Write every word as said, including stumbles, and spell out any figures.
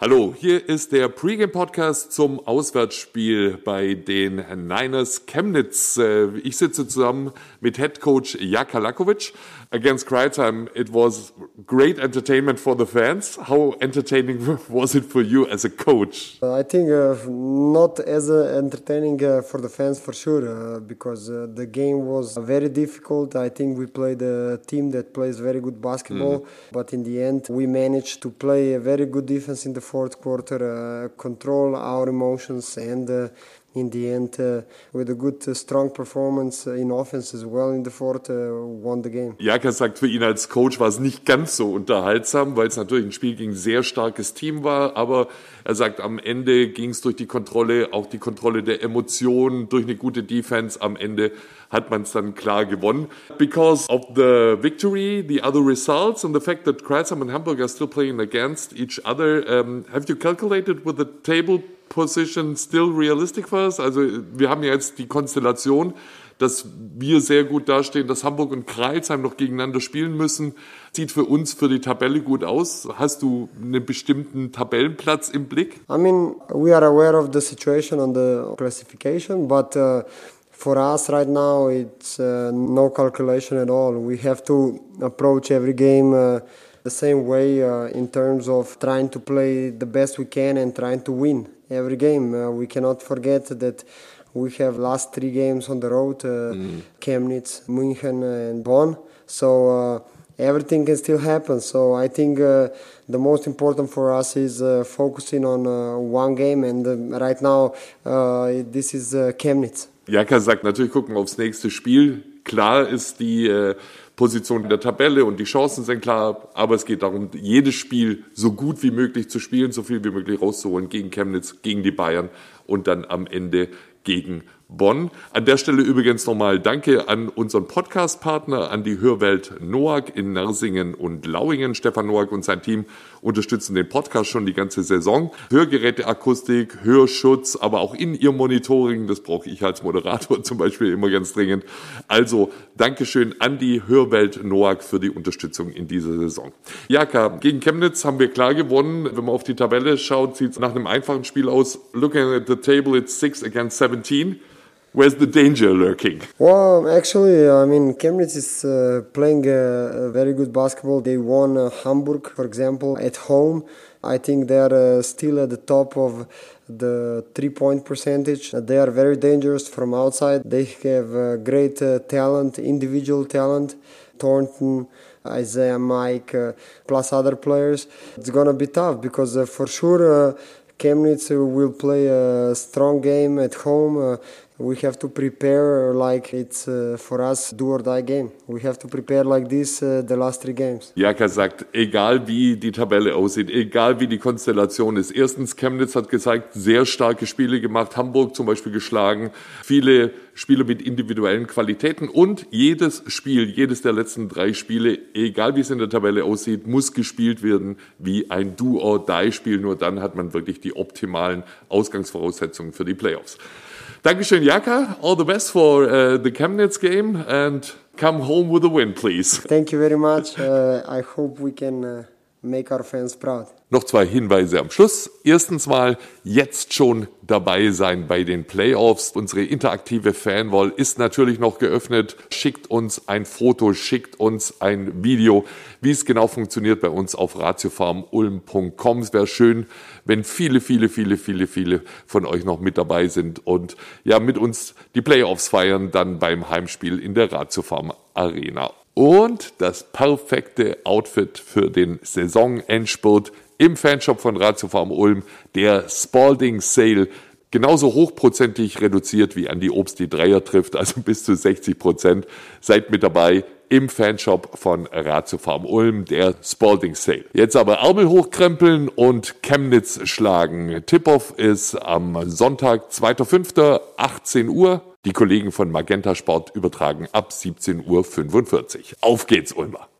Hallo, hier ist der Pre-Game-Podcast zum Auswärtsspiel bei den Niners Chemnitz. Ich sitze zusammen mit Head Coach Jaka Lakovic. Against Creighton, it was great entertainment for the fans. How entertaining was it for you as a coach? I think uh, not as uh, entertaining uh, for the fans for sure, uh, because uh, the game was very difficult. I think we played a team that plays very good basketball, mm-hmm. but in the end we managed to play a very good defense in the fourth quarter, uh, control our emotions, and uh, in the end, uh, with a good, uh, strong performance in offense as well in the fourth, uh, won the game. Jaka sagt, für ihn als Coach war es nicht ganz so unterhaltsam, weil es natürlich ein Spiel gegen ein sehr starkes Team war, aber er sagt, am Ende ging es durch die Kontrolle, auch die Kontrolle der Emotionen, durch eine gute Defense. Am Ende hat man es dann klar gewonnen. Because of the victory, the other results, and the fact that Kreuzheim and Hamburg are still playing against each other, um, have you calculated with the table position still realistic for us? Also wir haben ja jetzt die Konstellation, dass wir sehr gut dastehen, dass Hamburg und Creighton noch gegeneinander spielen müssen. Sieht für uns für die Tabelle gut aus. Hast du einen bestimmten Tabellenplatz im Blick? I mean, we are aware of the situation on the classification, but uh, for us right now it's uh, no calculation at all. We have to approach every game uh, the same way uh, in terms of trying to play the best we can and trying to win every game. Uh, we cannot forget that we have last three games on the road, uh, mm. Chemnitz, München and Bonn. So uh, everything can still happen. So I think uh, the most important for us is uh, focusing on uh, one game. And uh, right now uh, this is uh, Chemnitz. Jaka sagt, natürlich gucken wir aufs nächste Spiel. Klar ist die äh, Position in der Tabelle und die Chancen sind klar, aber es geht darum, jedes Spiel so gut wie möglich zu spielen, so viel wie möglich rauszuholen gegen Chemnitz, gegen die Bayern und dann am Ende gegen Bonn. An der Stelle übrigens nochmal Danke an unseren Podcast-Partner, an die Hörwelt Noack in Nersingen und Lauingen. Stefan Noack und sein Team unterstützen den Podcast schon die ganze Saison. Hörgeräteakustik, Hörschutz, aber auch in ihr Monitoring, das brauche ich als Moderator zum Beispiel immer ganz dringend. Also Dankeschön an die Hörwelt Noack für die Unterstützung in dieser Saison. Jaka, gegen Chemnitz haben wir klar gewonnen. Wenn man auf die Tabelle schaut, sieht es nach einem einfachen Spiel aus. Looking at the table, it's six against seventeen. Where's the danger lurking? Well, actually, I mean, Chemnitz is uh, playing a, a very good basketball. They won uh, Hamburg, for example, at home. I think they're uh, still at the top of the three-point percentage. They are very dangerous from outside. They have uh, great uh, talent, individual talent. Thornton, Isaiah, Mike, uh, plus other players. It's gonna be tough because uh, for sure uh, Chemnitz will play a strong game at home. Uh, we have to prepare like it's uh, for us do or die game. We have to prepare like this uh, the last three games. Jaka sagt, egal wie die Tabelle aussieht, egal wie die Konstellation ist. Erstens, Chemnitz hat gezeigt, sehr starke Spiele gemacht, Hamburg zum Beispiel geschlagen, viele Spiele mit individuellen Qualitäten und jedes Spiel, jedes der letzten drei Spiele, egal wie es in der Tabelle aussieht, muss gespielt werden wie ein Do-or-Die-Spiel. Nur dann hat man wirklich die optimalen Ausgangsvoraussetzungen für die Playoffs. Dankeschön, Jaka. All the best for uh, the Chemnitz game and come home with a win, please. Thank you very much. Uh, I hope we can uh, make our fans proud. Noch zwei Hinweise am Schluss. Erstens mal jetzt schon dabei sein bei den Playoffs. Unsere interaktive Fanwall ist natürlich noch geöffnet. Schickt uns ein Foto, schickt uns ein Video, wie es genau funktioniert bei uns auf ratiofarm ulm punkt com. Es wäre schön, wenn viele, viele, viele, viele, viele von euch noch mit dabei sind und ja mit uns die Playoffs feiern, dann beim Heimspiel in der Ratiofarm Arena. Und das perfekte Outfit für den Saisonendspurt im Fanshop von ratiofarm Ulm, der Spalding Sale, genauso hochprozentig reduziert wie Andi Obst die Dreier trifft, also bis zu sechzig Prozent. Seid mit dabei im Fanshop von ratiofarm Ulm, der Spalding Sale. Jetzt aber Ärmel hochkrempeln und Chemnitz schlagen. Tip-Off ist am Sonntag, zweiter fünfter achtzehn Uhr. Die Kollegen von Magenta Sport übertragen ab siebzehn Uhr fünfundvierzig. Auf geht's, Ulmer!